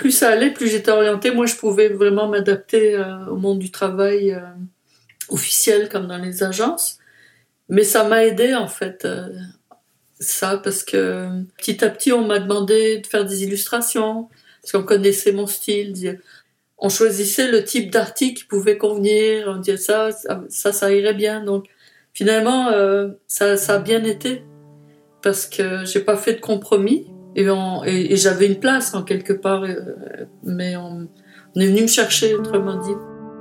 plus ça allait, plus j'étais orientée. Moi, je pouvais vraiment m'adapter au monde du travail officiel, comme dans les agences. Mais ça m'a aidée, en fait, ça, parce que petit à petit, on m'a demandé de faire des illustrations, parce qu'on connaissait mon style. On choisissait le type d'article qui pouvait convenir. On disait ça irait bien. Donc, finalement, ça a bien été, parce que j'ai pas fait de compromis. Et j'avais une place en quelque part, mais on est venu me chercher, autrement dit.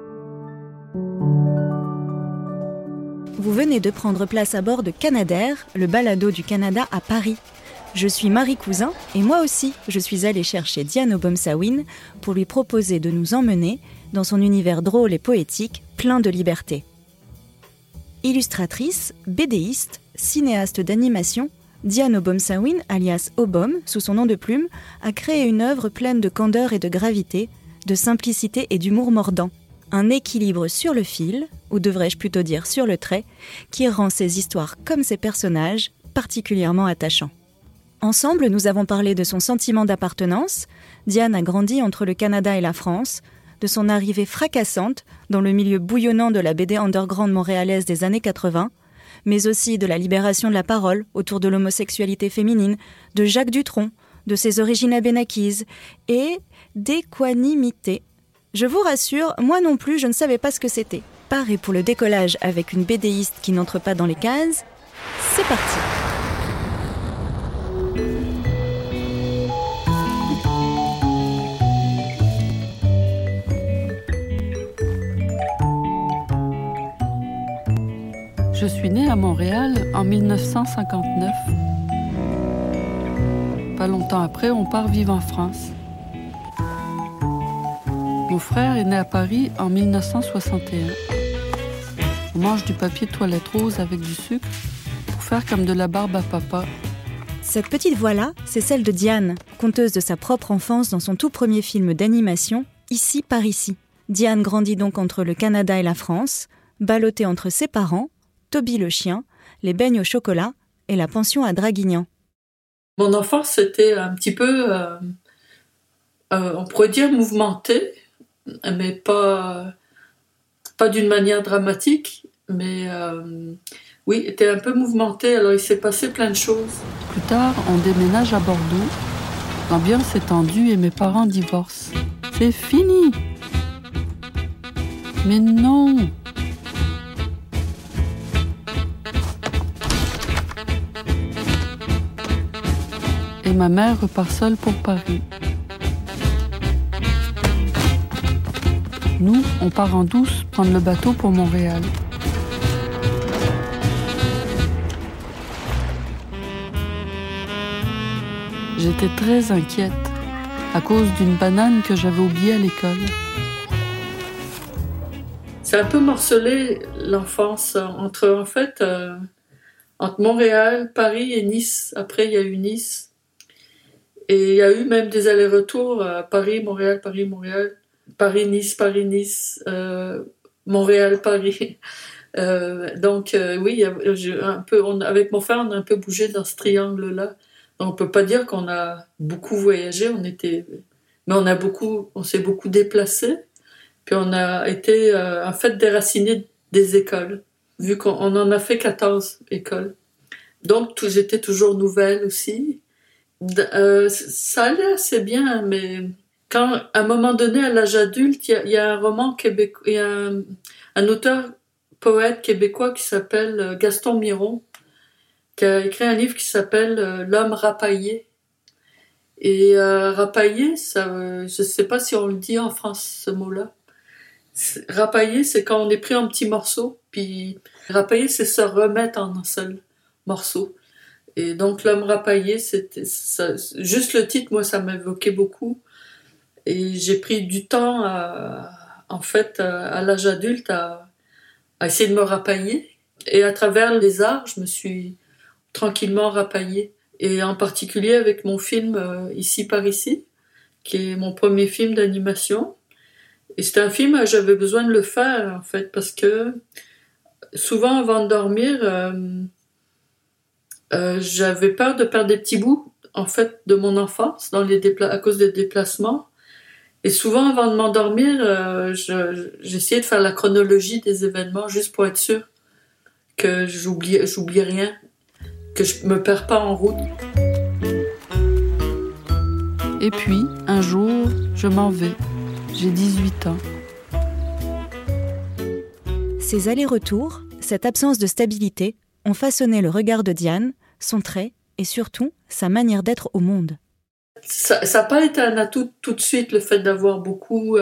Vous venez de prendre place à bord de Canadair, le balado du Canada à Paris. Je suis Marie Cousin et moi aussi, je suis allée chercher Diane Obomsawin pour lui proposer de nous emmener dans son univers drôle et poétique, plein de liberté. Illustratrice, bédéiste, cinéaste d'animation, Diane Obomsawin, alias Obom, sous son nom de plume, a créé une œuvre pleine de candeur et de gravité, de simplicité et d'humour mordant. Un équilibre sur le fil, ou devrais-je plutôt dire sur le trait, qui rend ses histoires comme ses personnages particulièrement attachants. Ensemble, nous avons parlé de son sentiment d'appartenance. Diane a grandi entre le Canada et la France, de son arrivée fracassante dans le milieu bouillonnant de la BD underground montréalaise des années 80, mais aussi de la libération de la parole autour de l'homosexualité féminine, de Jacques Dutronc, de ses origines abénaquises et d'équanimité. Je vous rassure, moi non plus, je ne savais pas ce que c'était. Paré pour le décollage avec une bédéiste qui n'entre pas dans les cases, c'est parti. Je suis née à Montréal en 1959. Pas longtemps après, on part vivre en France. Mon frère est né à Paris en 1961. On mange du papier de toilette rose avec du sucre pour faire comme de la barbe à papa. Cette petite voix-là, c'est celle de Diane, conteuse de sa propre enfance dans son tout premier film d'animation, Ici par ici. Diane grandit donc entre le Canada et la France, ballottée entre ses parents, Toby le chien, les beignes au chocolat et la pension à Draguignan. Mon enfance, c'était un petit peu, on pourrait dire mouvementée, mais pas d'une manière dramatique, mais oui, était un peu mouvementée. Alors il s'est passé plein de choses. Plus tard, on déménage à Bordeaux. L'ambiance est tendue et mes parents divorcent. C'est fini! Mais non! Et ma mère repart seule pour Paris. Nous, on part en douce prendre le bateau pour Montréal. J'étais très inquiète à cause d'une banane que j'avais oubliée à l'école. C'est un peu morcelé l'enfance entre Montréal, Paris et Nice. Après, il y a eu Nice. Et il y a eu même des allers-retours à Paris, Montréal, Paris-Nice, Montréal-Paris. Oui, avec mon frère, on a un peu bougé dans ce triangle-là. Donc, on peut pas dire qu'on a beaucoup voyagé, mais on s'est beaucoup déplacé. Puis on a été, déracinés des écoles, vu qu'on en a fait 14 écoles. Donc, j'étais toujours nouvelle aussi. Ça allait assez bien, mais quand, à un moment donné, à l'âge adulte, il y a un roman québécois, il y a un auteur-poète québécois qui s'appelle Gaston Miron, qui a écrit un livre qui s'appelle L'homme rapaillé. Et rapaillé, ça, je sais pas si on le dit en France, ce mot-là. Rapailler, c'est quand on est pris en petits morceaux, puis rapailler, c'est se remettre en un seul morceau. Et donc, l'homme rapaillé, c'était ça, juste le titre, moi, ça m'évoquait beaucoup. Et j'ai pris du temps à l'âge adulte, à essayer de me rapailler. Et à travers les arts, je me suis tranquillement rapaillée. Et en particulier avec mon film Ici par ici, qui est mon premier film d'animation. Et c'était un film, j'avais besoin de le faire, en fait, parce que souvent, avant de dormir, j'avais peur de perdre des petits bouts, en fait, de mon enfance, à cause des déplacements. Et souvent, avant de m'endormir, j'essayais de faire la chronologie des événements juste pour être sûre que j'oublie rien, que je me perds pas en route. Et puis, un jour, je m'en vais. J'ai 18 ans. Ces allers-retours, cette absence de stabilité, ont façonné le regard de Diane, son trait et surtout sa manière d'être au monde. Ça n'a pas été un atout tout de suite, le fait d'avoir beaucoup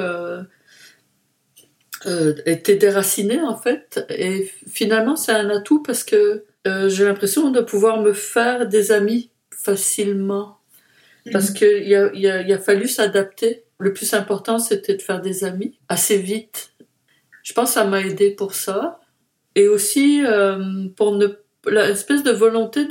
été déraciné, en fait. Et finalement, c'est un atout parce que j'ai l'impression de pouvoir me faire des amis facilement. Parce qu'il a fallu s'adapter. Le plus important, c'était de faire des amis assez vite. Je pense que ça m'a aidé pour ça. Et aussi pour l'espèce de volonté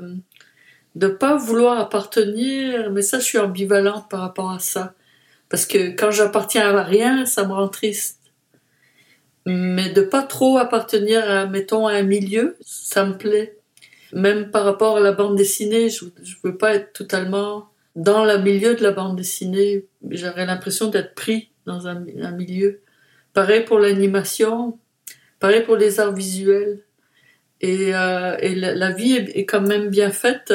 de pas vouloir appartenir. Mais ça, je suis ambivalente par rapport à ça. Parce que quand j'appartiens à rien, ça me rend triste. Mais de pas trop appartenir mettons, à un milieu, ça me plaît. Même par rapport à la bande dessinée, je veux pas être totalement dans le milieu de la bande dessinée. J'aurais l'impression d'être pris dans un milieu. Pareil pour l'animation, pareil pour les arts visuels. Et la vie est quand même bien faite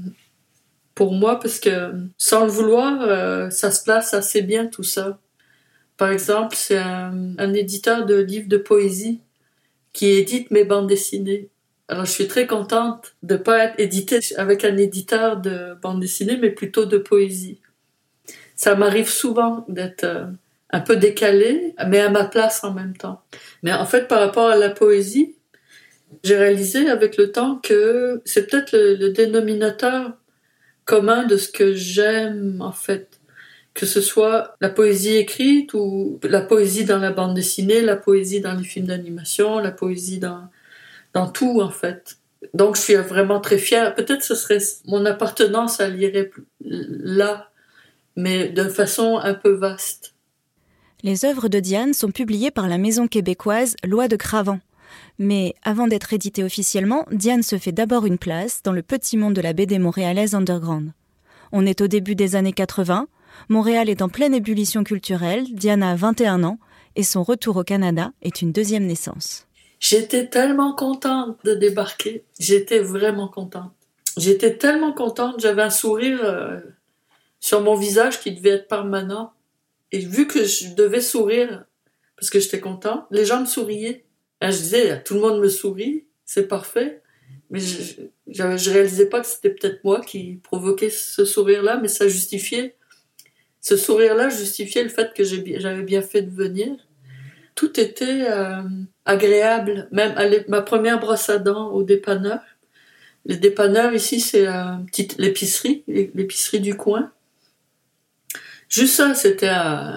pour moi parce que sans le vouloir, ça se place assez bien tout ça. Par exemple, c'est un éditeur de livres de poésie qui édite mes bandes dessinées. Alors, je suis très contente de pas être éditée avec un éditeur de bande dessinée, mais plutôt de poésie. Ça m'arrive souvent d'être un peu décalée, mais à ma place en même temps. Mais en fait, par rapport à la poésie, j'ai réalisé avec le temps que c'est peut-être le dénominateur commun de ce que j'aime, en fait. Que ce soit la poésie écrite ou la poésie dans la bande dessinée, la poésie dans les films d'animation, la poésie dans tout, en fait. Donc, je suis vraiment très fière. Peut-être ce serait mon appartenance, elle irait là, mais de façon un peu vaste. Les œuvres de Diane sont publiées par la maison québécoise Loi de Cravant. Mais avant d'être éditée officiellement, Diane se fait d'abord une place dans le petit monde de la BD montréalaise underground. On est au début des années 80, Montréal est en pleine ébullition culturelle, Diane a 21 ans et son retour au Canada est une deuxième naissance. J'étais tellement contente de débarquer. J'étais vraiment contente. J'étais tellement contente, j'avais un sourire sur mon visage qui devait être permanent. Et vu que je devais sourire parce que j'étais contente, les gens me souriaient. Et je disais, tout le monde me sourit, c'est parfait. Mais je réalisais pas que c'était peut-être moi qui provoquais ce sourire-là, mais ça justifiait. Ce sourire-là justifiait le fait que j'avais bien fait de venir. Tout était agréable. Même ma première brosse à dents au dépanneur. Les dépanneurs ici, c'est l'épicerie du coin. Juste ça, c'était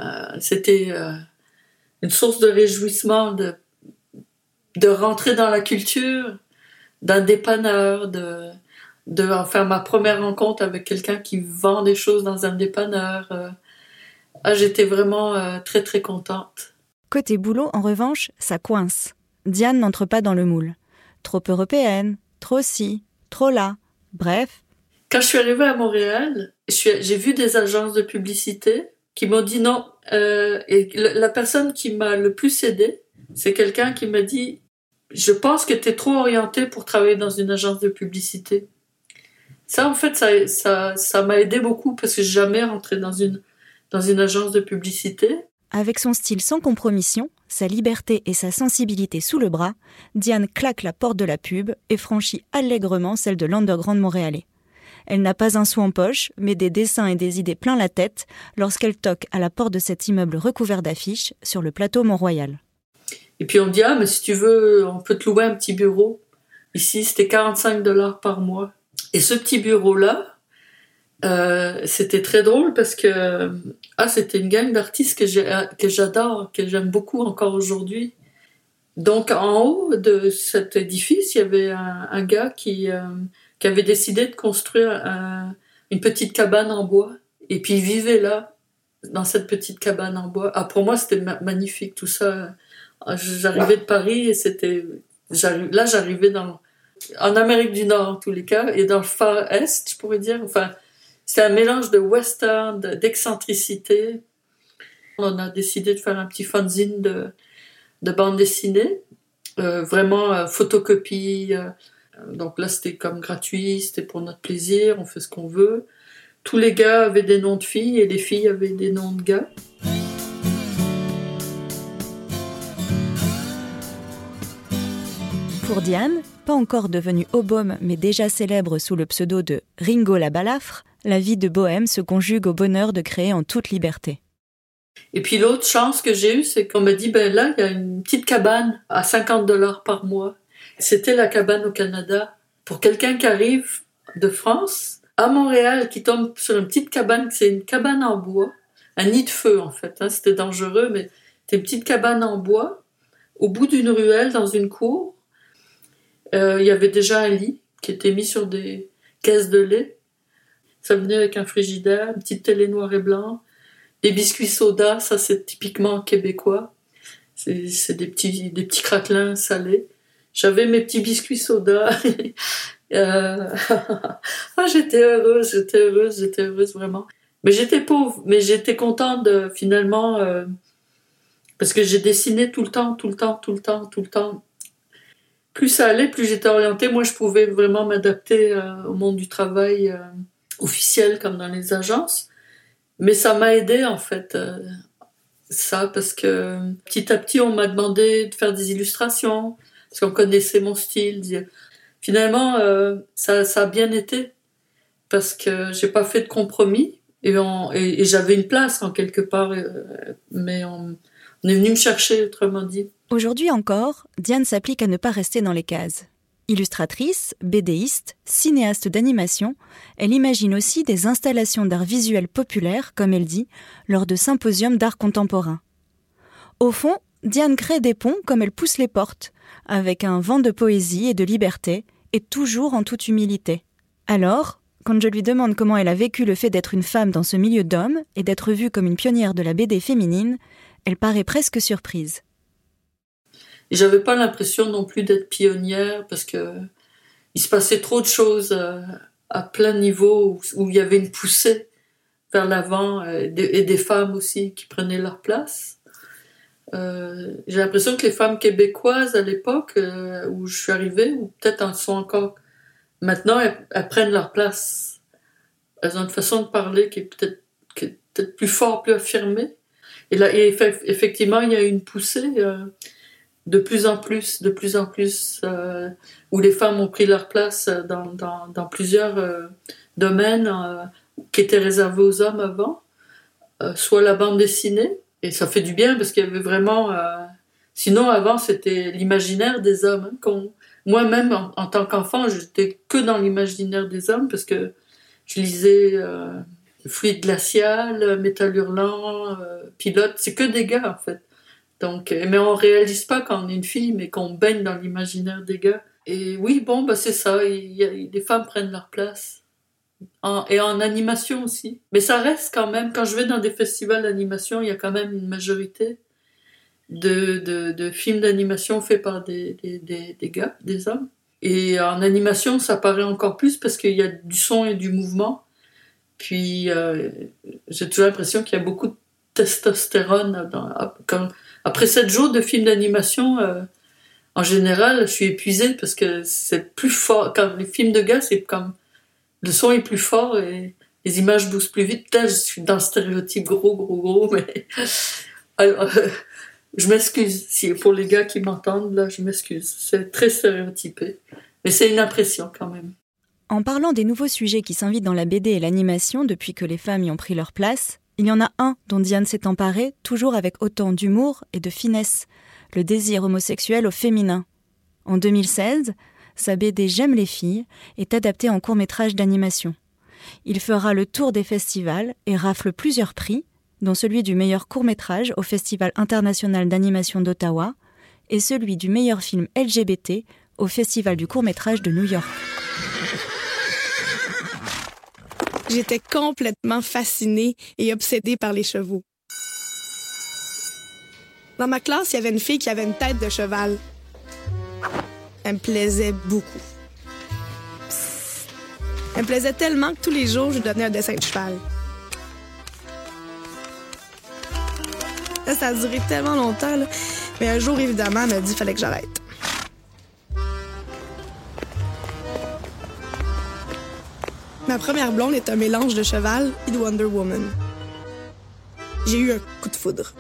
une source de réjouissement de rentrer dans la culture d'un dépanneur, de faire ma première rencontre avec quelqu'un qui vend des choses dans un dépanneur. J'étais vraiment très très contente. Côté boulot, en revanche, ça coince. Diane n'entre pas dans le moule. Trop européenne, trop ci, trop là, bref. Quand je suis arrivée à Montréal, j'ai vu des agences de publicité qui m'ont dit non. Et la personne qui m'a le plus aidée, c'est quelqu'un qui m'a dit « Je pense que t'es trop orientée pour travailler dans une agence de publicité. » Ça, en fait, ça m'a aidé beaucoup parce que j'ai jamais rentré dans une agence de publicité. Avec son style sans compromission, sa liberté et sa sensibilité sous le bras, Diane claque la porte de la pub et franchit allègrement celle de l'underground montréalais. Elle n'a pas un sou en poche, mais des dessins et des idées plein la tête lorsqu'elle toque à la porte de cet immeuble recouvert d'affiches sur le plateau Mont-Royal. Et puis on me dit « Ah, mais si tu veux, on peut te louer un petit bureau. » Ici, c'était 45$ par mois. Et ce petit bureau-là, c'était très drôle parce que c'était une gang d'artistes que j'adore, que j'aime beaucoup encore aujourd'hui. Donc en haut de cet édifice, il y avait un gars qui avait décidé de construire une petite cabane en bois. Et puis il vivait là, dans cette petite cabane en bois. Pour moi, c'était magnifique tout ça. J'arrivais de Paris et j'arrivais en Amérique du Nord en tous les cas, et dans le Far Est, je pourrais dire. Enfin, c'était un mélange de western, d'excentricité. On a décidé de faire un petit fanzine de bande dessinée, vraiment photocopie. Donc là, c'était comme gratuit, c'était pour notre plaisir, on fait ce qu'on veut. Tous les gars avaient des noms de filles et les filles avaient des noms de gars. Pour Diane, pas encore devenue Obom mais déjà célèbre sous le pseudo de Ringo la Balafre, la vie de bohème se conjugue au bonheur de créer en toute liberté. Et puis l'autre chance que j'ai eue, c'est qu'on m'a dit, là, il y a une petite cabane à $50 par mois. C'était la cabane au Canada. Pour quelqu'un qui arrive de France, à Montréal, qui tombe sur une petite cabane, c'est une cabane en bois, un nid de feu en fait, c'était dangereux, mais c'était une petite cabane en bois, au bout d'une ruelle, dans une cour. Il y avait déjà un lit qui était mis sur des caisses de lait. Ça venait avec un frigidaire, une petite télé noir et blanc, des biscuits soda, ça c'est typiquement québécois. C'est des petits craquelins salés. J'avais mes petits biscuits soda. J'étais heureuse vraiment. Mais j'étais pauvre, mais j'étais contente finalement parce que j'ai dessiné tout le temps. Plus ça allait, plus j'étais orientée. Moi, je pouvais vraiment m'adapter au monde du travail officiel comme dans les agences. Mais ça m'a aidée en fait, ça, parce que petit à petit, on m'a demandé de faire des illustrations parce qu'on connaissait mon style. Finalement, ça a bien été parce que j'ai pas fait de compromis et j'avais une place en quelque part, mais on est venu me chercher, autrement dit. Aujourd'hui encore, Diane s'applique à ne pas rester dans les cases. Illustratrice, BDiste, cinéaste d'animation, elle imagine aussi des installations d'art visuel populaire, comme elle dit, lors de symposiums d'art contemporain. Au fond, Diane crée des ponts comme elle pousse les portes, avec un vent de poésie et de liberté, et toujours en toute humilité. Alors, quand je lui demande comment elle a vécu le fait d'être une femme dans ce milieu d'hommes et d'être vue comme une pionnière de la BD féminine, elle paraît presque surprise. Et j'avais pas l'impression non plus d'être pionnière parce que il se passait trop de choses à plein de niveaux où il y avait une poussée vers l'avant et des femmes aussi qui prenaient leur place. J'ai l'impression que les femmes québécoises à l'époque où je suis arrivée, ou peut-être en sont encore maintenant, elles prennent leur place. Elles ont une façon de parler qui est peut-être plus fort, plus affirmée. Et là, effectivement, il y a eu une poussée de plus en plus, où les femmes ont pris leur place dans plusieurs domaines qui étaient réservés aux hommes avant, soit la bande dessinée, et ça fait du bien parce qu'il y avait vraiment... Sinon, avant, c'était l'imaginaire des hommes. Moi-même, en tant qu'enfant, j'étais que dans l'imaginaire des hommes parce que je lisais Fluide glacial, Métal hurlant, Pilote, c'est que des gars en fait. Donc, mais on réalise pas quand on est une fille, mais qu'on baigne dans l'imaginaire des gars. Et oui, c'est ça, les femmes prennent leur place. Et en animation aussi. Mais ça reste quand même, quand je vais dans des festivals d'animation, il y a quand même une majorité de films d'animation faits par des gars, des hommes. Et en animation, ça paraît encore plus parce qu'il y a du son et du mouvement. Puis, j'ai toujours l'impression qu'il y a beaucoup de testostérone après 7 jours de films d'animation, en général, je suis épuisée parce que c'est plus fort. Quand les films de gars, c'est comme le son est plus fort et les images bougent plus vite. Peut-être je suis dans le stéréotype gros, mais alors, je m'excuse si pour les gars qui m'entendent là, je m'excuse. C'est très stéréotypé, mais c'est une impression quand même. En parlant des nouveaux sujets qui s'invitent dans la BD et l'animation depuis que les femmes y ont pris leur place, il y en a un dont Diane s'est emparée, toujours avec autant d'humour et de finesse, le désir homosexuel au féminin. En 2016, sa BD J'aime les filles est adaptée en court-métrage d'animation. Il fera le tour des festivals et rafle plusieurs prix, dont celui du meilleur court-métrage au Festival international d'animation d'Ottawa et celui du meilleur film LGBT au Festival du court-métrage de New York. J'étais complètement fascinée et obsédée par les chevaux. Dans ma classe, il y avait une fille qui avait une tête de cheval. Elle me plaisait beaucoup. Elle me plaisait tellement que tous les jours, je lui donnais un dessin de cheval. Là, ça a duré tellement longtemps, là. Mais un jour, évidemment, elle m'a dit qu'il fallait que j'arrête. Ma première blonde est un mélange de cheval et de Wonder Woman. J'ai eu un coup de foudre.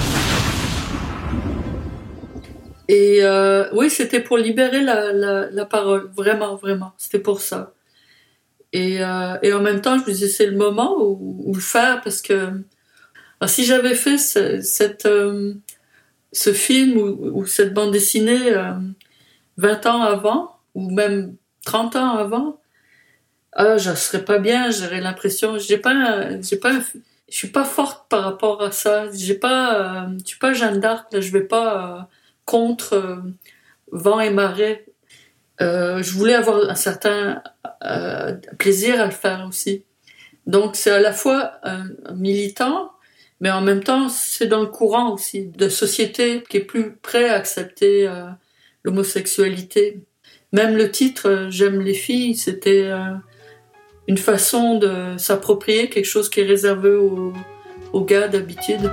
Et oui, c'était pour libérer la parole, vraiment, vraiment. C'était pour ça. Et en même temps, je me disais, c'est le moment où le faire, parce que alors, si j'avais fait ce film ou cette bande dessinée 20 ans avant, ou même 30 ans avant, je serais pas bien, j'aurais l'impression, je suis pas forte par rapport à ça. Je suis pas Jeanne d'Arc, là, je vais pas contre vent et marée. Je voulais avoir un certain plaisir à le faire aussi. Donc c'est à la fois militant, mais en même temps c'est dans le courant aussi de société qui est plus prêt à accepter l'homosexualité. Même le titre J'aime les filles, c'était une façon de s'approprier quelque chose qui est réservé aux gars d'habitude.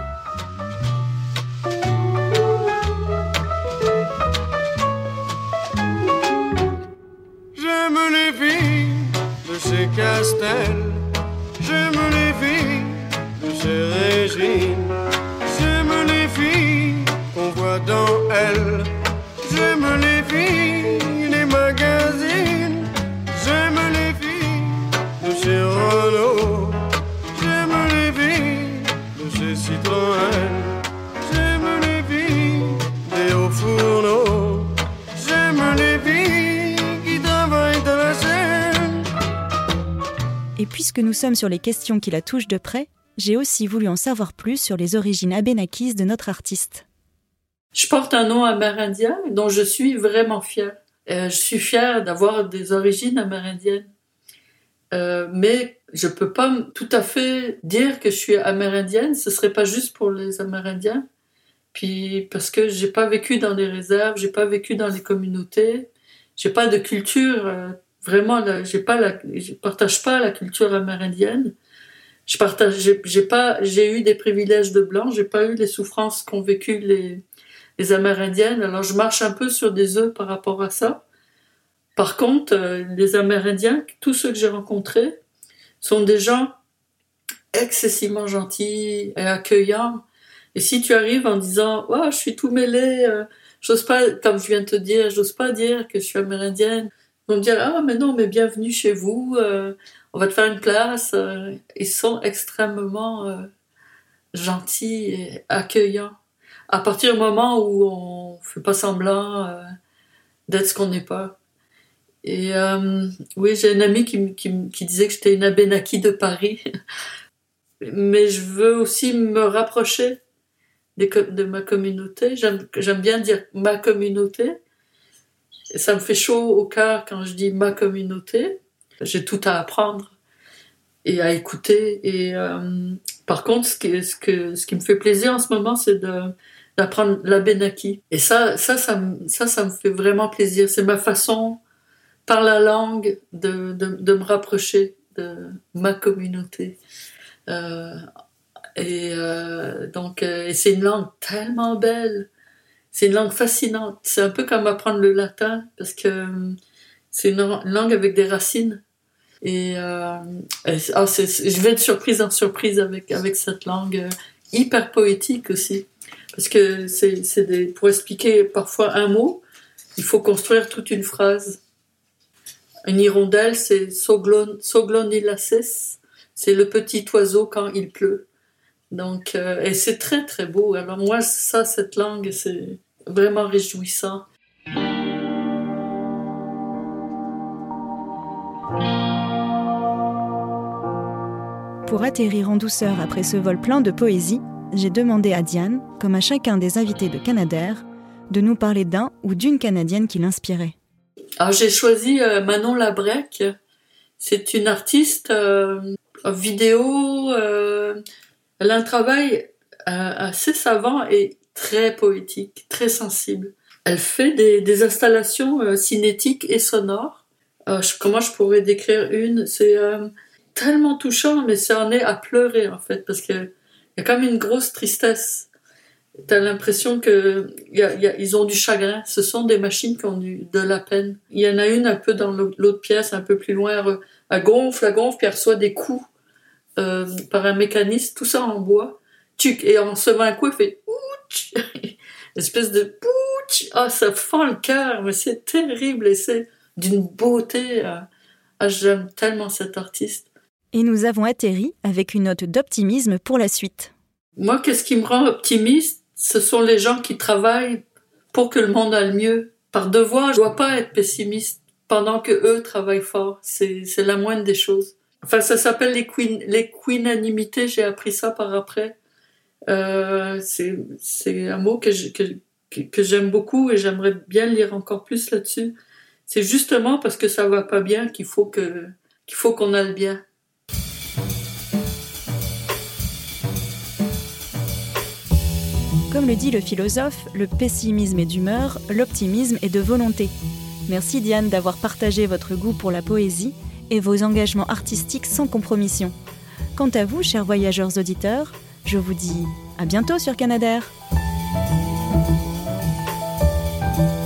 J'aime les filles de chez Castel, j'aime les filles de chez Régine, j'aime les filles qu'on voit dans Elle, j'aime les filles des magazines, j'aime les filles de chez Renault, j'aime les filles de chez Citroën, j'aime les filles des hauts fourneaux, j'aime les filles qui travaillent dans la chaîne. Et puisque nous sommes sur les questions qui la touchent de près, j'ai aussi voulu en savoir plus sur les origines abénaquis de notre artiste. Je porte un nom amérindien dont je suis vraiment fière. Je suis fière d'avoir des origines amérindiennes. Mais je peux pas tout à fait dire que je suis amérindienne. Ce serait pas juste pour les Amérindiens. Puis parce que j'ai pas vécu dans les réserves, j'ai pas vécu dans les communautés, j'ai pas de culture vraiment. Je partage pas la culture amérindienne. J'ai eu des privilèges de blanc, j'ai pas eu les souffrances qu'ont vécu les Amérindiennes. Alors je marche un peu sur des œufs par rapport à ça. Par contre, les Amérindiens, tous ceux que j'ai rencontrés, sont des gens excessivement gentils et accueillants. Et si tu arrives en disant « Oh, je suis tout mêlé, j'ose pas, comme je viens de te dire, j'ose pas dire que je suis amérindienne », ils vont me dire « Ah, mais non, mais bienvenue chez vous, on va te faire une place. » Ils sont extrêmement gentils et accueillants. À partir du moment où on fait pas semblant d'être ce qu'on n'est pas. Et oui, j'ai une amie qui disait que j'étais une Abénaki de Paris. Mais je veux aussi me rapprocher de ma communauté. J'aime bien dire ma communauté. Et ça me fait chaud au cœur quand je dis ma communauté. J'ai tout à apprendre et à écouter. Et par contre, ce qui me fait plaisir en ce moment, c'est d'apprendre l'abénaki. Et ça me fait vraiment plaisir. C'est ma façon, par la langue, de me rapprocher de ma communauté. Et c'est une langue tellement belle. C'est une langue fascinante. C'est un peu comme apprendre le latin, parce que c'est une langue avec des racines. Et je vais de surprise en surprise avec cette langue hyper poétique aussi. Parce que pour expliquer parfois un mot, il faut construire toute une phrase. Une hirondelle, c'est Soglonilaces, c'est le petit oiseau quand il pleut. Donc, et c'est très très beau. Alors moi, cette langue, c'est vraiment réjouissant. Pour atterrir en douceur après ce vol plein de poésie, j'ai demandé à Diane, comme à chacun des invités de Canadair, de nous parler d'un ou d'une Canadienne qui l'inspirait. Alors j'ai choisi Manon Labrec. C'est une artiste vidéo. Elle a un travail assez savant et très poétique, très sensible. Elle fait des installations cinétiques et sonores. Comment je pourrais décrire une ? C'est tellement touchant, mais ça en est à pleurer en fait, parce qu'il y a comme une grosse tristesse. T'as l'impression qu'ils ont du chagrin. Ce sont des machines qui ont de la peine. Il y en a une un peu dans l'autre pièce, un peu plus loin. Elle gonfle, puis elle reçoit des coups par un mécanisme, tout ça en bois. Et en se met un coup, elle fait ouch, une espèce de pouch. Ah, ça fend le cœur, mais c'est terrible et c'est d'une beauté. Ah, j'aime tellement cet artiste. Et nous avons atterri avec une note d'optimisme pour la suite. Moi, qu'est-ce qui me rend optimiste? Ce sont les gens qui travaillent pour que le monde aille mieux. Par devoir, je dois pas être pessimiste pendant que eux travaillent fort. C'est la moindre des choses. Enfin, ça s'appelle l'équinanimité. J'ai appris ça par après. C'est un mot que j'aime beaucoup et j'aimerais bien lire encore plus là-dessus. C'est justement parce que ça va pas bien qu'il faut qu'on aille bien. Comme le dit le philosophe, le pessimisme est d'humeur, l'optimisme est de volonté. Merci Diane d'avoir partagé votre goût pour la poésie et vos engagements artistiques sans compromission. Quant à vous, chers voyageurs auditeurs, je vous dis à bientôt sur Canadair.